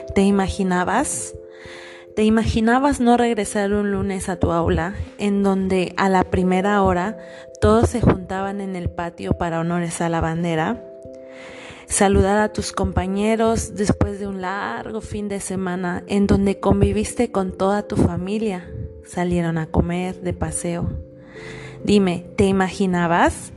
¿Te imaginabas? ¿Te imaginabas no regresar un lunes a tu aula, en donde a la primera hora todos se juntaban en el patio para honores a la bandera? Saludar a tus compañeros después de un largo fin de semana en donde conviviste con toda tu familia, salieron a comer, de paseo. Dime, ¿te imaginabas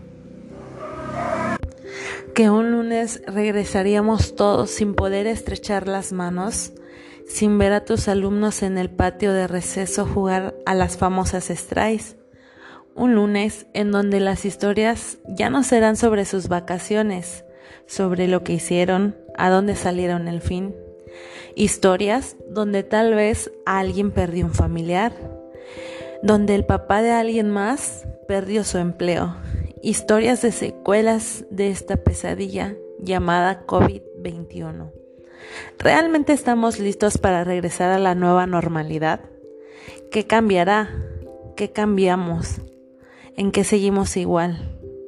que un lunes regresaríamos todos sin poder estrechar las manos, sin ver a tus alumnos en el patio de receso jugar a las famosas strays? Un lunes en donde las historias ya no serán sobre sus vacaciones, sobre lo que hicieron, a dónde salieron el fin. Historias donde tal vez alguien perdió un familiar, donde el papá de alguien más perdió su empleo. Historias de secuelas de esta pesadilla llamada COVID-21. ¿Realmente estamos listos para regresar a la nueva normalidad? ¿Qué cambiará? ¿Qué cambiamos? ¿En qué seguimos igual?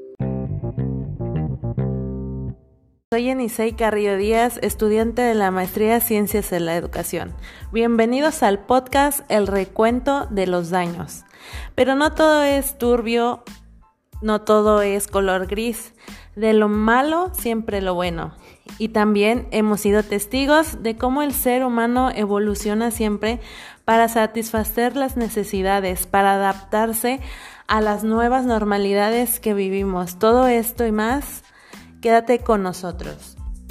Soy Enisei Carrillo Díaz, estudiante de la Maestría Ciencias en la Educación. Bienvenidos al podcast El Recuento de los Daños. Pero no todo es turbio, no todo es color gris. De lo malo siempre lo bueno. Y también hemos sido testigos de cómo el ser humano evoluciona siempre para satisfacer las necesidades, para adaptarse a las nuevas normalidades que vivimos. Todo esto y más, quédate con nosotros.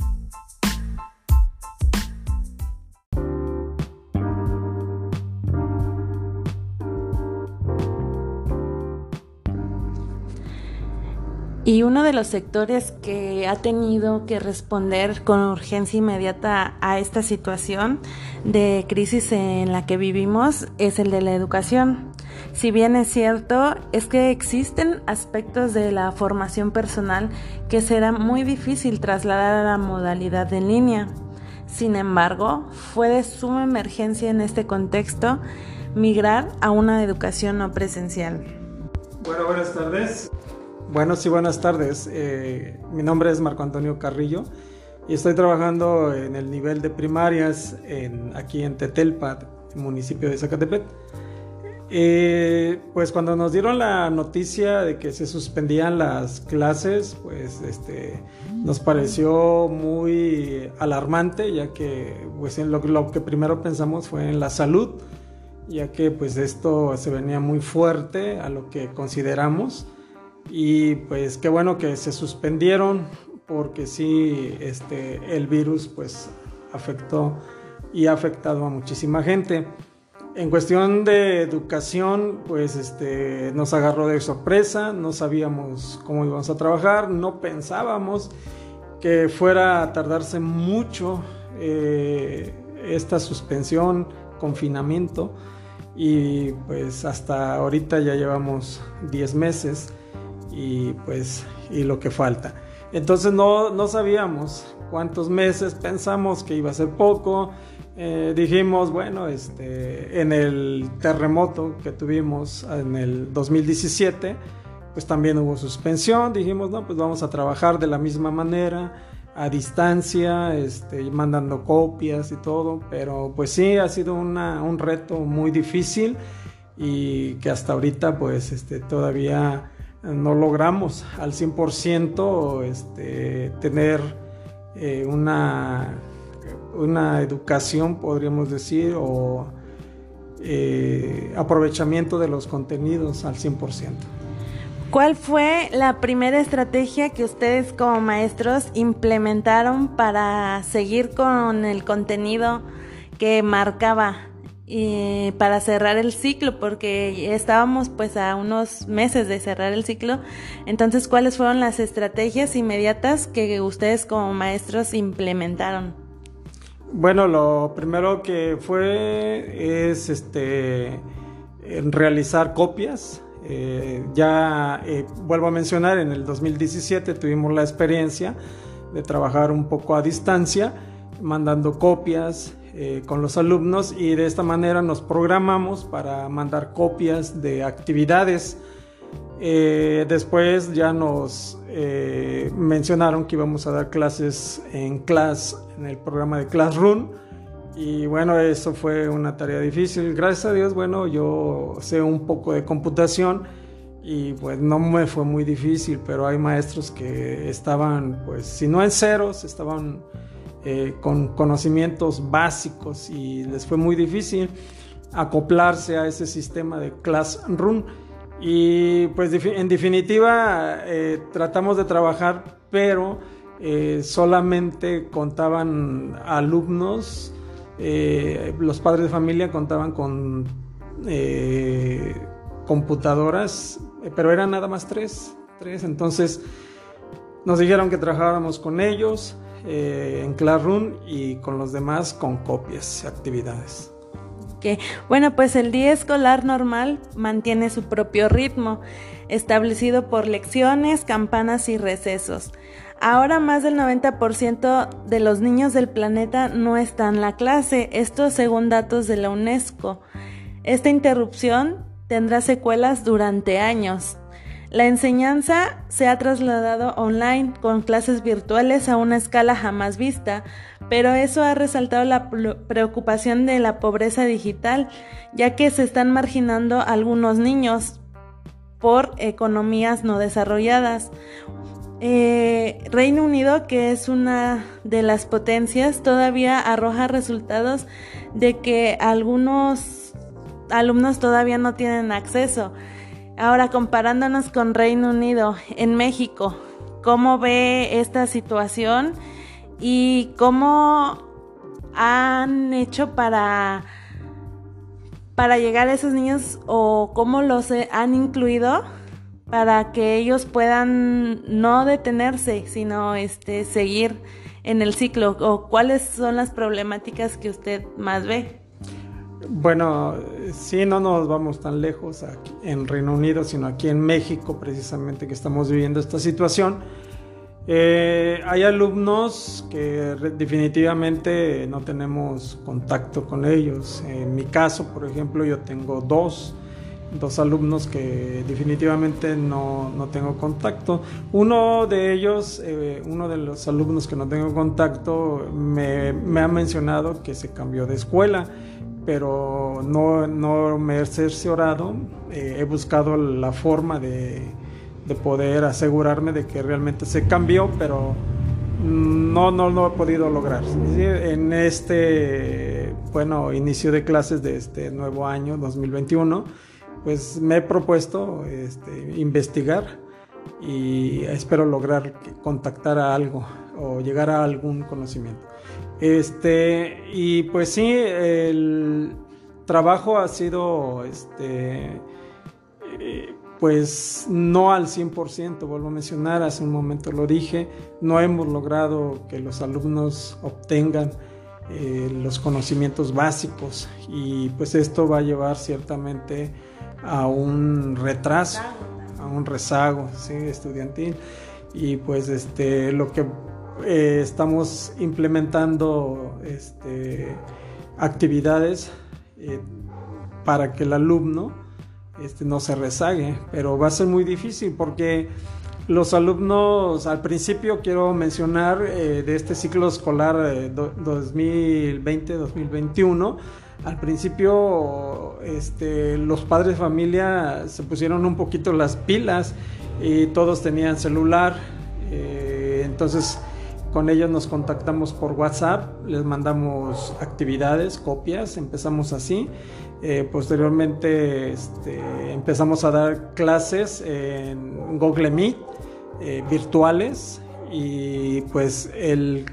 Y uno de los sectores que ha tenido que responder con urgencia inmediata a esta situación de crisis en la que vivimos es el de la educación. Si bien es cierto, es que existen aspectos de la formación personal que será muy difícil trasladar a la modalidad en línea. Sin embargo, fue de suma emergencia en este contexto migrar a una educación no presencial. Bueno, buenas tardes. Buenas tardes. Mi nombre es Marco Antonio Carrillo y estoy trabajando en el nivel de primarias aquí en Tetelpa, municipio de Zacatepec. Pues cuando nos dieron la noticia de que se suspendían las clases, pues nos pareció muy alarmante, ya que pues lo que primero pensamos fue en la salud, ya que pues esto se venía muy fuerte a lo que consideramos. Y pues qué bueno que se suspendieron, porque sí, el virus pues afectó y ha afectado a muchísima gente. En cuestión de educación, pues nos agarró de sorpresa, no sabíamos cómo íbamos a trabajar, no pensábamos que fuera a tardarse mucho esta suspensión, confinamiento, y pues hasta ahorita ya llevamos 10 meses. Y lo que falta. Entonces no sabíamos cuántos meses, pensamos que iba a ser poco. Dijimos, bueno, en el terremoto que tuvimos en el 2017, pues también hubo suspensión. Dijimos, no, pues vamos a trabajar de la misma manera, a distancia, mandando copias y todo. Pero pues sí, ha sido un reto muy difícil y que hasta ahorita pues todavía no logramos al 100% tener una educación, podríamos decir, o aprovechamiento de los contenidos al 100%. ¿Cuál fue la primera estrategia que ustedes como maestros implementaron para seguir con el contenido que marcaba y para cerrar el ciclo? Porque estábamos pues a unos meses de cerrar el ciclo. Entonces, ¿cuáles fueron las estrategias inmediatas que ustedes como maestros implementaron? Bueno, lo primero que fue es realizar copias. Vuelvo a mencionar, en el 2017 tuvimos la experiencia de trabajar un poco a distancia, mandando copias con los alumnos, y de esta manera nos programamos para mandar copias de actividades. Después ya nos mencionaron que íbamos a dar clases en el programa de Classroom, Y bueno, eso fue una tarea difícil. Gracias a Dios, bueno, yo sé un poco de computación y pues no me fue muy difícil, pero hay maestros que estaban, pues si no en ceros, estaban con conocimientos básicos y les fue muy difícil acoplarse a ese sistema de Classroom. Y pues en definitiva tratamos de trabajar, pero solamente contaban alumnos, los padres de familia contaban con computadoras, pero eran nada más tres, entonces nos dijeron que trabajáramos con ellos en Classroom y con los demás con copias, actividades. Bueno, pues el día escolar normal mantiene su propio ritmo, establecido por lecciones, campanas y recesos. Ahora más del 90% de los niños del planeta no están en la clase, esto según datos de la UNESCO. Esta interrupción tendrá secuelas durante años. La enseñanza se ha trasladado online con clases virtuales a una escala jamás vista, pero eso ha resaltado la preocupación de la pobreza digital, ya que se están marginando algunos niños por economías no desarrolladas. Reino Unido, que es una de las potencias, todavía arroja resultados de que algunos alumnos todavía no tienen acceso. Ahora, comparándonos con Reino Unido, en México, ¿cómo ve esta situación y cómo han hecho para llegar a esos niños o cómo los han incluido para que ellos puedan no detenerse, sino seguir en el ciclo? ¿O cuáles son las problemáticas que usted más ve? Bueno, sí, no nos vamos tan lejos aquí en Reino Unido, sino aquí en México, precisamente, que estamos viviendo esta situación. Hay alumnos que definitivamente no tenemos contacto con ellos. En mi caso, por ejemplo, yo tengo dos alumnos que definitivamente no tengo contacto. Uno de ellos, uno de los alumnos que no tengo contacto, me ha mencionado que se cambió de escuela, pero no me he cerciorado. He buscado la forma de poder asegurarme de que realmente se cambió, pero no lo he podido lograr. En inicio de clases de este nuevo año 2021, pues me he propuesto investigar y espero lograr contactar a algo o llegar a algún conocimiento. Y pues sí, el trabajo ha sido pues no al 100%, vuelvo a mencionar, hace un momento lo dije, no hemos logrado que los alumnos obtengan los conocimientos básicos, y pues esto va a llevar ciertamente a un retraso, a un rezago, ¿sí?, estudiantil. Y pues lo que estamos implementando actividades para que el alumno no se rezague, pero va a ser muy difícil porque los alumnos, al principio quiero mencionar de este ciclo escolar 2020-2021, al principio los padres de familia se pusieron un poquito las pilas y todos tenían celular, entonces con ellos nos contactamos por WhatsApp, les mandamos actividades, copias, empezamos así. Posteriormente empezamos a dar clases en Google Meet virtuales, y pues el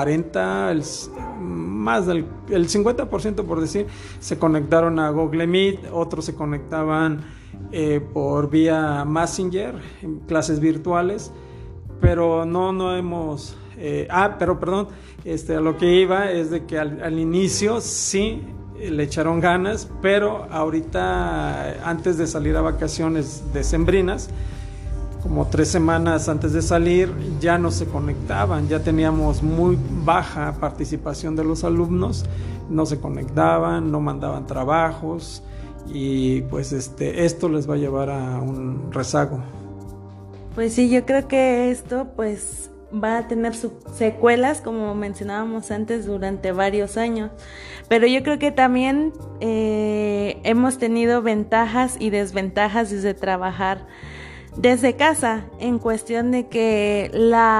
50% por decir, se conectaron a Google Meet, otros se conectaban por vía Messenger, en clases virtuales, pero no hemos... pero perdón, a lo que iba es de que al inicio sí le echaron ganas, pero ahorita, antes de salir a vacaciones decembrinas, como 3 semanas antes de salir, ya no se conectaban, ya teníamos muy baja participación de los alumnos, no se conectaban, no mandaban trabajos, y pues esto les va a llevar a un rezago. Pues sí, yo creo que esto pues va a tener sus secuelas, como mencionábamos antes, durante varios años. Pero yo creo que también hemos tenido ventajas y desventajas desde trabajar desde casa, en cuestión de que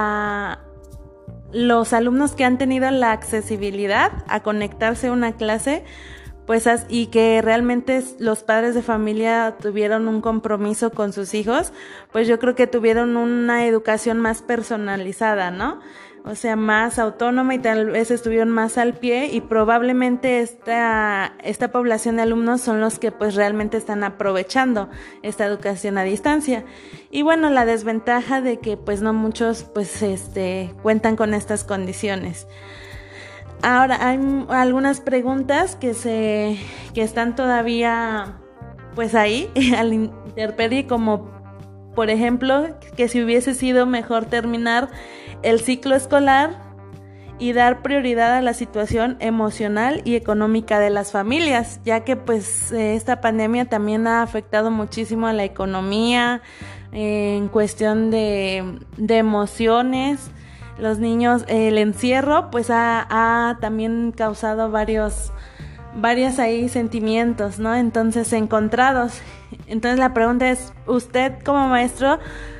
los alumnos que han tenido la accesibilidad a conectarse a una clase, pues y que realmente los padres de familia tuvieron un compromiso con sus hijos, pues yo creo que tuvieron una educación más personalizada, ¿no? O sea, más autónoma, y tal vez estuvieron más al pie, y probablemente esta población de alumnos son los que pues realmente están aprovechando esta educación a distancia. Y bueno, la desventaja de que pues no muchos pues cuentan con estas condiciones. Ahora, hay algunas preguntas que están todavía pues ahí al intemperie, como por ejemplo, que si hubiese sido mejor terminar el ciclo escolar y dar prioridad a la situación emocional y económica de las familias, ya que pues esta pandemia también ha afectado muchísimo a la economía, en cuestión de emociones. Los niños, el encierro pues ha también causado varios ahí sentimientos, ¿no? Entonces, encontrados. Entonces la pregunta es, ¿usted como maestro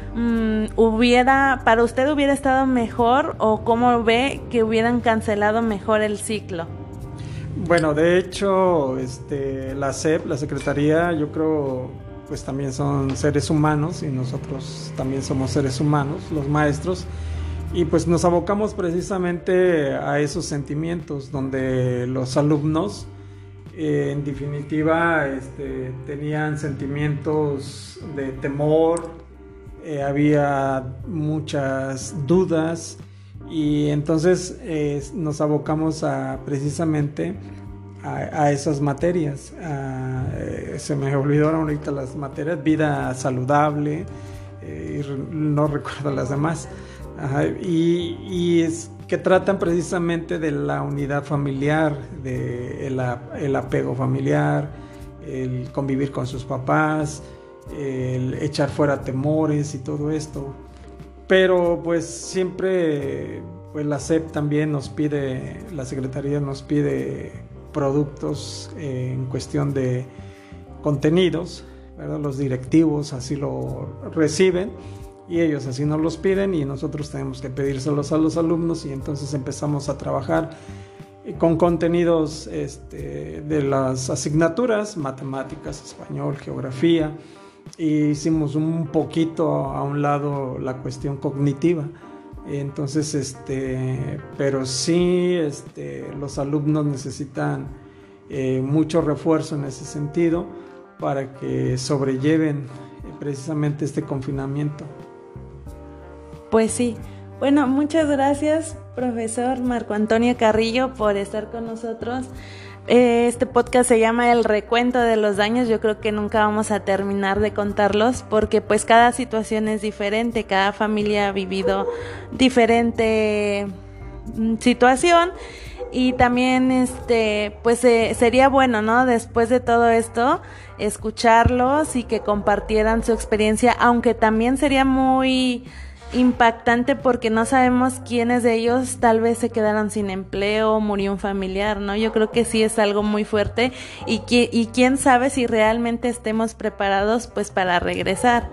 para usted hubiera estado mejor, o cómo ve que hubieran cancelado mejor el ciclo? Bueno, de hecho, la SEP, la Secretaría, yo creo, pues también son seres humanos, y nosotros también somos seres humanos, los maestros, y pues nos abocamos precisamente a esos sentimientos, donde los alumnos, en definitiva, tenían sentimientos de temor, había muchas dudas, y entonces nos abocamos precisamente a esas materias. Se me olvidaron ahorita las materias: vida saludable, no recuerdo las demás. Ajá, y es que tratan precisamente de la unidad familiar, de el apego familiar, el convivir con sus papás, el echar fuera temores y todo esto. Pero pues siempre pues la SEP también nos pide, la Secretaría nos pide productos en cuestión de contenidos, ¿verdad? Los directivos así lo reciben, y ellos así nos los piden, y nosotros tenemos que pedírselos a los alumnos, y entonces empezamos a trabajar con contenidos de las asignaturas: matemáticas, español, geografía, y hicimos un poquito a un lado la cuestión cognitiva. Entonces, pero sí, los alumnos necesitan mucho refuerzo en ese sentido para que sobrelleven precisamente este confinamiento. Pues sí. Bueno, muchas gracias, profesor Marco Antonio Carrillo, por estar con nosotros. Este podcast se llama El Recuento de los Daños. Yo creo que nunca vamos a terminar de contarlos, porque pues cada situación es diferente, cada familia ha vivido diferente situación, y también pues sería bueno, ¿no?, después de todo esto, escucharlos y que compartieran su experiencia, aunque también sería muy impactante, porque no sabemos quiénes de ellos tal vez se quedaron sin empleo, murió un familiar, ¿no? Yo creo que sí es algo muy fuerte, y quién sabe si realmente estemos preparados pues para regresar.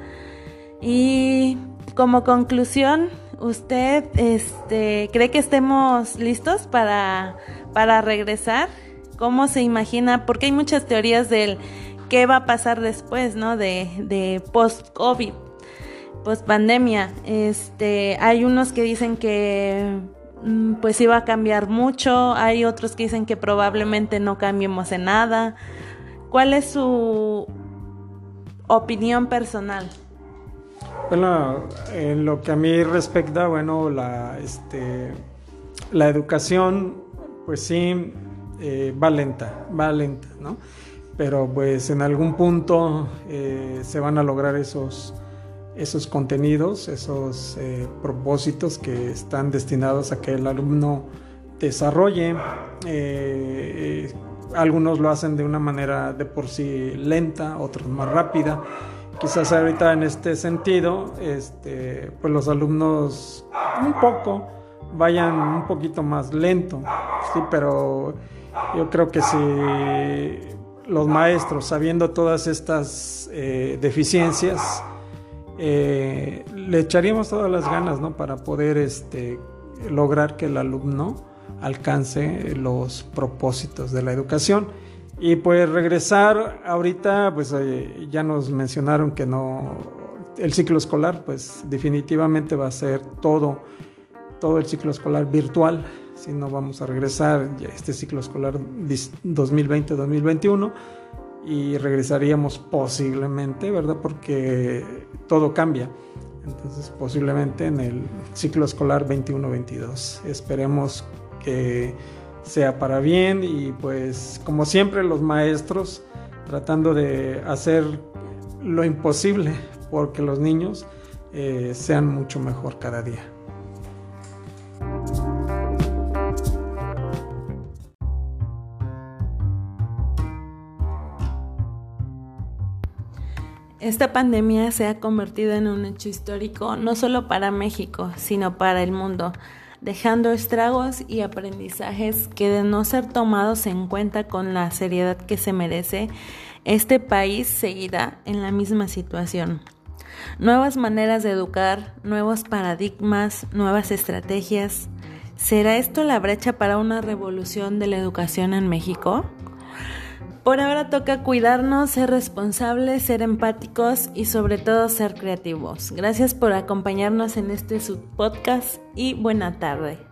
Y como conclusión, ¿usted cree que estemos listos para regresar? ¿Cómo se imagina? Porque hay muchas teorías del qué va a pasar después, ¿no? De post-COVID, post-pandemia. Hay unos que dicen que pues iba a cambiar mucho, hay otros que dicen que probablemente no cambiemos en nada. ¿Cuál es su opinión personal? Bueno, en lo que a mí respecta, bueno, la educación, pues sí, va lenta, ¿no? Pero pues en algún punto se van a lograr esos contenidos, esos propósitos que están destinados a que el alumno desarrolle. Algunos lo hacen de una manera de por sí lenta, otros más rápida, quizás ahorita en este sentido, pues los alumnos un poco vayan un poquito más lento, sí, pero yo creo que si los maestros, sabiendo todas estas deficiencias, le echaríamos todas las ganas, ¿no? Para poder lograr que el alumno alcance los propósitos de la educación. Y pues regresar ahorita, pues ya nos mencionaron que no, el ciclo escolar pues definitivamente va a ser todo el ciclo escolar virtual, si no vamos a regresar ya este ciclo escolar 2020-2021 y regresaríamos posiblemente, ¿verdad? Porque todo cambia. Entonces posiblemente en el ciclo escolar 21-22. Esperemos que sea para bien y pues como siempre los maestros tratando de hacer lo imposible porque los niños sean mucho mejor cada día. Esta pandemia se ha convertido en un hecho histórico no solo para México, sino para el mundo, dejando estragos y aprendizajes que, de no ser tomados en cuenta con la seriedad que se merece, este país seguirá en la misma situación. Nuevas maneras de educar, nuevos paradigmas, nuevas estrategias. ¿Será esto la brecha para una revolución de la educación en México? Por ahora toca cuidarnos, ser responsables, ser empáticos y sobre todo ser creativos. Gracias por acompañarnos en este subpodcast y buena tarde.